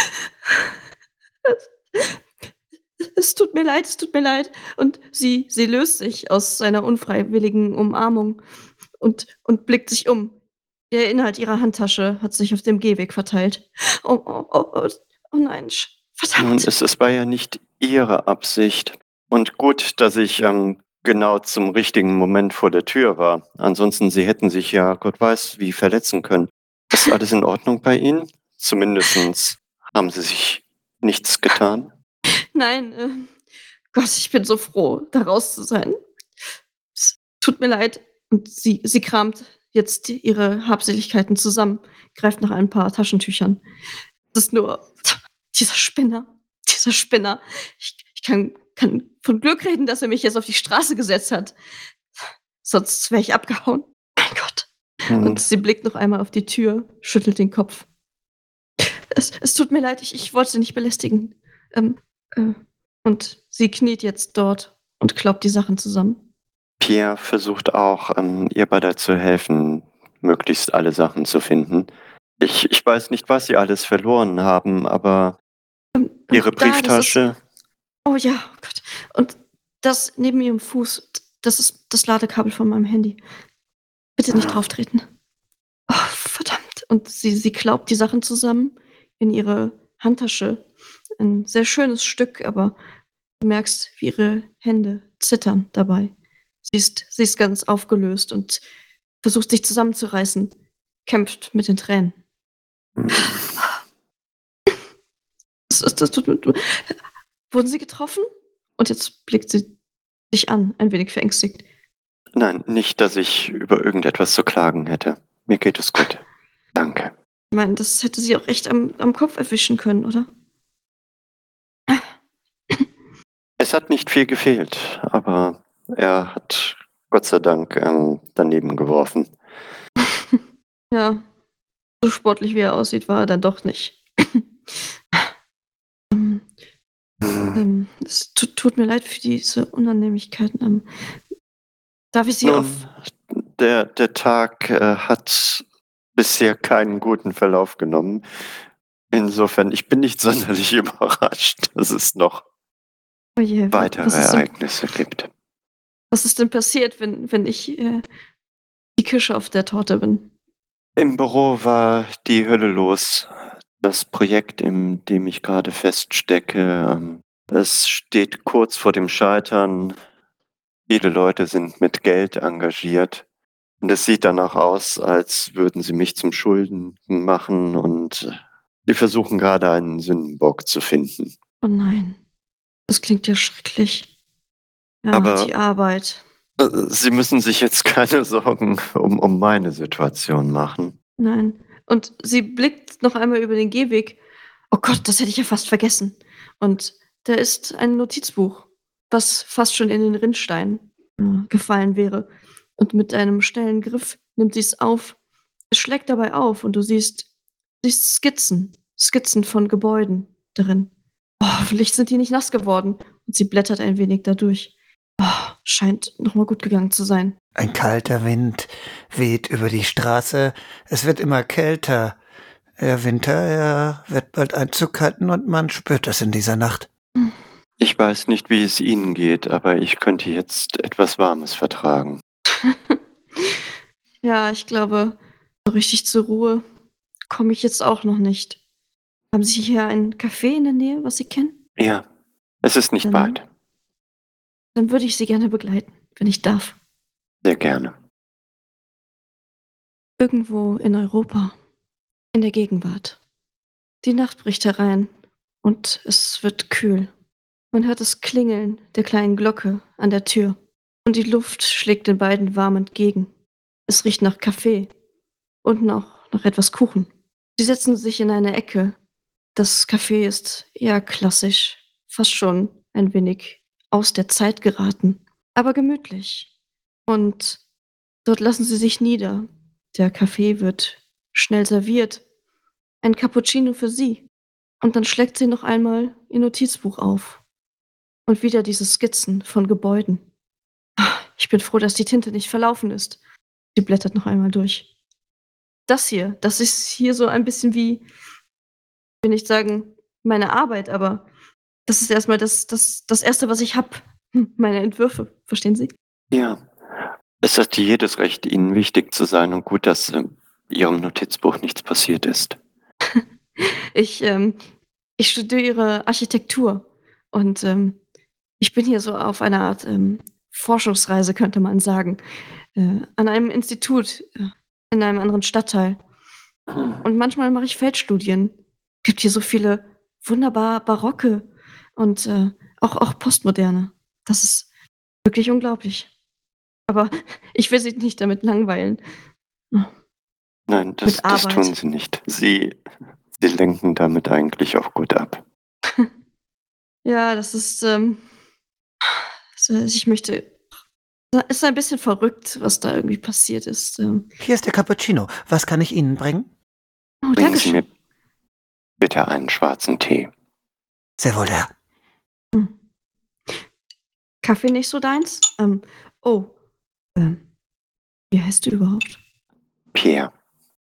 Es tut mir leid, es tut mir leid. Und sie, sie löst sich aus seiner unfreiwilligen Umarmung und, und blickt sich um. Der Inhalt ihrer Handtasche hat sich auf dem Gehweg verteilt. Oh, oh, oh, oh, oh nein, verdammt.
Und es, es war ja nicht Ihre Absicht. Und gut, dass ich ähm, genau zum richtigen Moment vor der Tür war. Ansonsten, Sie hätten sich ja, Gott weiß, wie verletzen können. Ist alles in Ordnung bei Ihnen? Zumindest haben Sie sich nichts getan?
Nein, äh, Gott, ich bin so froh, da raus zu sein. Es tut mir leid. Und sie, sie kramt jetzt ihre Habseligkeiten zusammen, greift nach ein paar Taschentüchern. Es ist nur dieser Spinner, dieser Spinner. Ich, ich kann, kann von Glück reden, dass er mich jetzt auf die Straße gesetzt hat. Sonst wäre ich abgehauen. Mein Gott.
Hm.
Und sie blickt noch einmal auf die Tür, schüttelt den Kopf. Es, es tut mir leid, ich, ich wollte sie nicht belästigen. Ähm, äh, und sie kniet jetzt dort und kloppt die Sachen zusammen.
Pierre versucht auch, ähm, ihr dabei zu helfen, möglichst alle Sachen zu finden. Ich, ich weiß nicht, was sie alles verloren haben, aber
Ähm,
ihre
da, das
Brieftasche.
ist, oh ja, oh Gott. Und das neben ihrem Fuß, das ist das Ladekabel von meinem Handy. Bitte nicht drauf treten. Oh, verdammt. Und sie, sie klaubt die Sachen zusammen in ihre Handtasche. Ein sehr schönes Stück, aber du merkst, wie ihre Hände zittern dabei. Sie ist, sie ist ganz aufgelöst und versucht sich zusammenzureißen, kämpft mit den Tränen. Das, das, das tut mir. Wurden sie getroffen? Und jetzt blickt sie dich an, ein wenig verängstigt.
Nein, nicht, dass ich über irgendetwas zu klagen hätte. Mir geht es gut. Danke.
Ich meine, das hätte sie auch echt am, am Kopf erwischen können, oder?
Es hat nicht viel gefehlt, aber er hat Gott sei Dank ähm, daneben geworfen.
Ja, so sportlich wie er aussieht, war er dann doch nicht. ähm, ähm, es tut, tut mir leid für diese Unannehmlichkeiten. Ähm, darf ich Sie
Nun,
auf...
der, der Tag äh, hat bisher keinen guten Verlauf genommen. Insofern, ich bin nicht sonderlich überrascht, dass es noch
Oh je, wa-
weitere
was ist denn,
Ereignisse gibt.
was ist denn passiert, wenn, wenn ich äh, die Kirsche auf der Torte bin?
Im Büro war die Hölle los. Das Projekt, in dem ich gerade feststecke, ähm, es steht kurz vor dem Scheitern. Viele Leute sind mit Geld engagiert. Und es sieht danach aus, als würden sie mich zum Schulden machen und sie versuchen gerade einen Sündenbock zu finden.
Oh nein, das klingt ja schrecklich. Ja,
Aber-
die Arbeit.
Äh, Sie müssen sich jetzt keine Sorgen um, um meine Situation machen.
Nein. Und sie blickt noch einmal über den Gehweg. Oh Gott, das hätte ich ja fast vergessen. Und da ist ein Notizbuch, was fast schon in den Rinnstein äh, gefallen wäre. Und mit einem schnellen Griff nimmt sie es auf. Es schlägt dabei auf und du siehst, siehst Skizzen. Skizzen von Gebäuden darin. Oh, hoffentlich sind die nicht nass geworden. Und sie blättert ein wenig dadurch. Oh, scheint nochmal gut gegangen zu sein.
Ein kalter Wind weht über die Straße. Es wird immer kälter. Der Winter, er wird bald Einzug halten und man spürt das in dieser Nacht.
Ich weiß nicht, wie es Ihnen geht, aber ich könnte jetzt etwas Warmes vertragen.
Ja, ich glaube, so richtig zur Ruhe komme ich jetzt auch noch nicht. Haben Sie hier ein Café in der Nähe, was Sie kennen?
Ja, es ist nicht
Dann-
weit.
Dann würde ich Sie gerne begleiten, wenn ich darf.
Sehr gerne.
Irgendwo in Europa. In der Gegenwart. Die Nacht bricht herein und es wird kühl. Man hört das Klingeln der kleinen Glocke an der Tür und die Luft schlägt den beiden warm entgegen. Es riecht nach Kaffee und noch nach etwas Kuchen. Sie setzen sich in eine Ecke. Das Café ist eher klassisch, fast schon ein wenig aus der Zeit geraten, aber gemütlich. Und dort lassen sie sich nieder. Der Kaffee wird schnell serviert. Ein Cappuccino für sie. Und dann schlägt sie noch einmal ihr Notizbuch auf. Und wieder diese Skizzen von Gebäuden. Ich bin froh, dass die Tinte nicht verlaufen ist. Sie blättert noch einmal durch. Das hier, das ist hier so ein bisschen wie, ich will nicht sagen, meine Arbeit, aber das ist erstmal das, das, das Erste, was ich habe. Meine Entwürfe, verstehen Sie?
Ja, es hat jedes Recht, Ihnen wichtig zu sein und gut, dass äh, Ihrem Notizbuch nichts passiert ist.
Ich, ähm, ich studiere Architektur und ähm, ich bin hier so auf einer Art ähm, Forschungsreise, könnte man sagen, äh, an einem Institut äh, in einem anderen Stadtteil. Und manchmal mache ich Feldstudien. Gibt hier so viele wunderbar barocke und äh, auch, auch postmoderne. Das ist wirklich unglaublich. Aber ich will Sie nicht damit langweilen.
Nein, das,
Mit
das
Arbeit.
tun Sie nicht. Sie, Sie lenken damit eigentlich auch gut ab.
Ja, das ist, ähm, also ich möchte, es ist ein bisschen verrückt, was da irgendwie passiert ist. Ähm,
Hier ist der Cappuccino. Was kann ich Ihnen bringen?
oh,
Bringen Sie
danke
mir bitte einen schwarzen Tee.
Sehr wohl, Herr.
schön. Kaffee nicht so deins? Ähm, oh, ähm, wie heißt du überhaupt?
Pierre.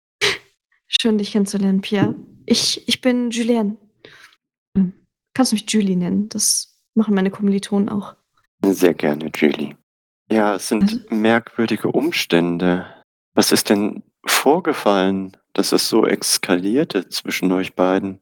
Schön, dich kennenzulernen, Pierre. Ich, ich bin Julien. Ähm, kannst du mich Julie nennen? Das machen meine Kommilitonen auch.
Sehr gerne, Julie. Ja, es sind
Also-
merkwürdige Umstände. Was ist denn vorgefallen, dass es so eskalierte zwischen euch beiden?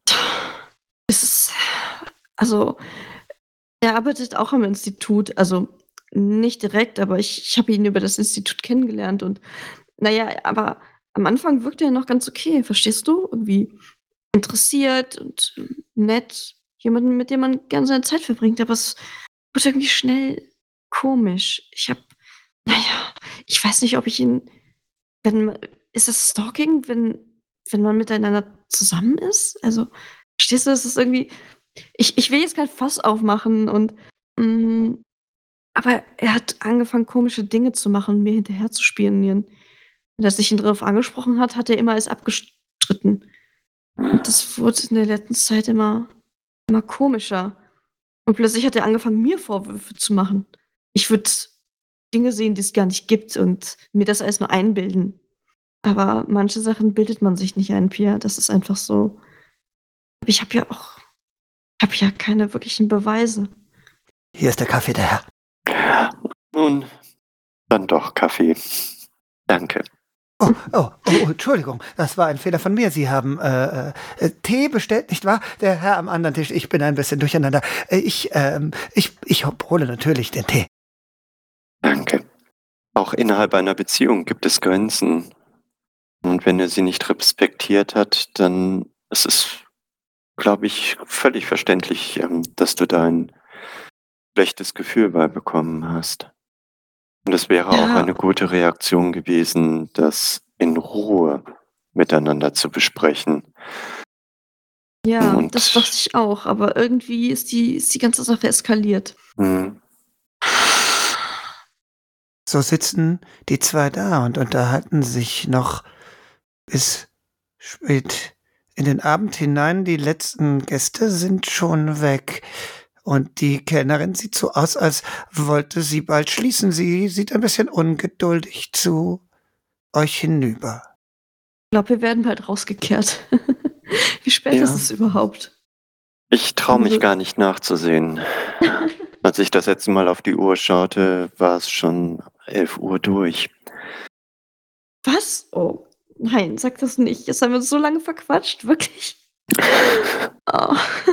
Es ist, also, er arbeitet auch am Institut, also nicht direkt, aber ich, ich habe ihn über das Institut kennengelernt und naja, aber am Anfang wirkte er noch ganz okay, verstehst du? Irgendwie interessiert und ähm, nett. Jemanden, mit dem man gerne seine Zeit verbringt, aber es wird irgendwie schnell komisch. Ich habe, naja, ich weiß nicht, ob ich ihn, wenn, ist das Stalking, wenn, wenn man miteinander zusammen ist? Also, verstehst du, es ist irgendwie, ich, ich will jetzt kein Fass aufmachen und, mm, aber er hat angefangen, komische Dinge zu machen und mir hinterher zu spionieren. Und als ich ihn darauf angesprochen hat, hat er immer alles abgestritten. Und das wurde in der letzten Zeit immer, immer komischer. Und plötzlich hat er angefangen, mir Vorwürfe zu machen. Ich würde Dinge sehen, die es gar nicht gibt und mir das alles nur einbilden. Aber manche Sachen bildet man sich nicht ein, Pia. Das ist einfach so. Aber ich habe ja auch, habe ja keine wirklichen Beweise.
Hier ist der Kaffee, der Herr.
Nun, dann doch Kaffee. Danke.
Oh, oh, oh, Entschuldigung, das war ein Fehler von mir. Sie haben äh, äh, Tee bestellt, nicht wahr? Der Herr am anderen Tisch, ich bin ein bisschen durcheinander. Äh, Ich, ähm, ich, ich hole natürlich den Tee.
Danke. Auch innerhalb einer Beziehung gibt es Grenzen. Und wenn er sie nicht respektiert hat, dann ist es, glaube ich, völlig verständlich, ähm, dass du da ein schlechtes Gefühl bei bekommen hast. Und es wäre auch
Ja.
eine gute Reaktion gewesen, das in Ruhe miteinander zu besprechen.
Ja,
Und-
das dachte ich auch. Aber irgendwie ist die, ist die ganze Sache eskaliert.
Hm,
So sitzen die zwei da und unterhalten sich noch bis spät in den Abend hinein. Die letzten Gäste sind schon weg. Und die Kellnerin sieht so aus, als wollte sie bald schließen. Sie sieht ein bisschen ungeduldig zu euch hinüber.
Ich glaube, wir werden bald rausgekehrt. Wie spät
Ja.
ist es überhaupt?
Ich traue mich
Also-
gar nicht nachzusehen. Als ich das letzte Mal auf die Uhr schaute, war es schon elf Uhr durch.
Was? Oh, nein, sag das nicht. Jetzt haben wir uns so lange verquatscht, wirklich. Oh.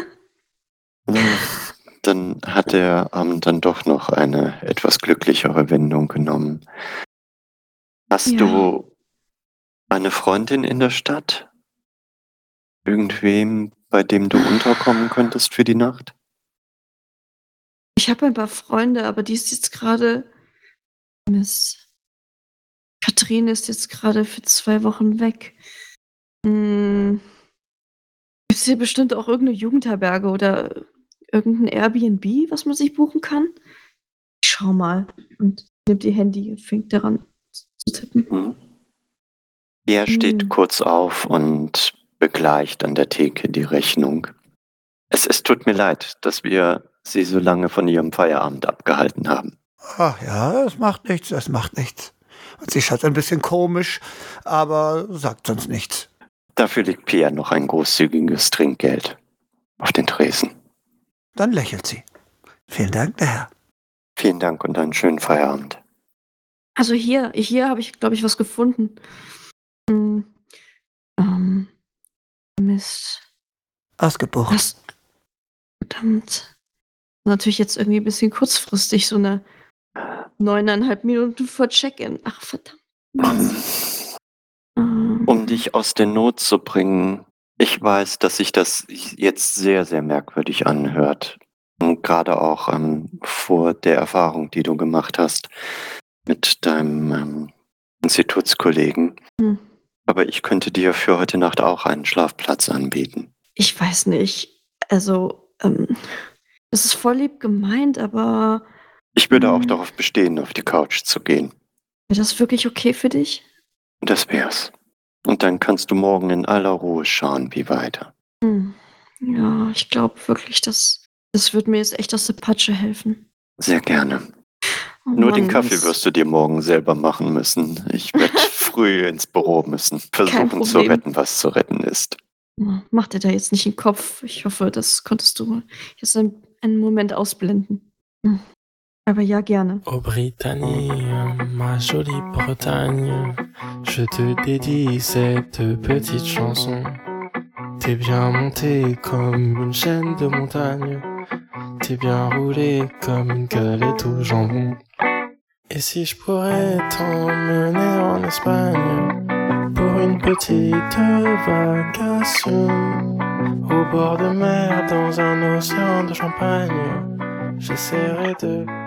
Dann hat der Abend dann doch noch eine etwas glücklichere Wendung genommen. Hast
Ja.
du eine Freundin in der Stadt? Irgendwem, bei dem du unterkommen könntest für die Nacht?
Ich habe ein paar Freunde, aber die ist jetzt gerade. Mist. Katrin ist jetzt gerade für zwei Wochen weg. Hm. Gibt es hier bestimmt auch irgendeine Jugendherberge oder irgendein Airbnb, was man sich buchen kann? Ich schau mal und nimmt ihr Handy und fängt daran zu tippen.
Hm. Er steht
Hm.
kurz auf und begleicht an der Theke die Rechnung. Es, es tut mir leid, dass wir Sie so lange von Ihrem Feierabend abgehalten haben.
Ach ja, das macht nichts, das macht nichts. Und sie schaut ein bisschen komisch, aber sagt sonst nichts.
Dafür legt Pia noch ein großzügiges Trinkgeld auf den Tresen.
Dann lächelt sie. Vielen Dank, der Herr.
Vielen Dank und einen schönen Feierabend.
Also hier, hier habe ich, glaube ich, was gefunden. Hm. Ähm. Mist.
Ausgebucht.
Was? Verdammt. Natürlich jetzt irgendwie ein bisschen kurzfristig, so eine neuneinhalb Minuten vor Check-in. Ach, verdammt.
Um, um dich aus der Not zu bringen, ich weiß, dass sich das jetzt sehr, sehr merkwürdig anhört. Und gerade auch ähm, vor der Erfahrung, die du gemacht hast mit deinem ähm, Institutskollegen.
Hm.
Aber ich könnte dir für heute Nacht auch einen Schlafplatz anbieten.
Ich weiß nicht. Also, ähm, das ist voll lieb gemeint, aber
Ich würde
hm.
auch darauf bestehen, auf die Couch zu gehen.
wäre das wirklich okay für dich?
Das wär's. Und dann kannst du morgen in aller Ruhe schauen, wie weiter.
Hm. Ja, ich glaube wirklich, dass das wird mir jetzt echt aus der Patsche helfen.
Sehr gerne.
Oh
Nur den
Mann,
Kaffee
das-
wirst du dir morgen selber machen müssen. Ich werde früh ins Büro müssen. Versuchen zu
Problem.
retten, was zu retten ist.
Mach dir da jetzt nicht den Kopf. Ich hoffe, das konntest du jetzt einen, einen Moment ausblenden. Hm. Aber ja, gerne.
Ô Britannie, ma jolie Bretagne, je te dédie cette petite chanson. T'es bien monté comme une chaîne de montagne, t'es bien roulé comme une galette au jambon. Et si je pourrais t'emmener en Espagne pour une petite vacation au bord de mer dans un océan de champagne, j'essaierai de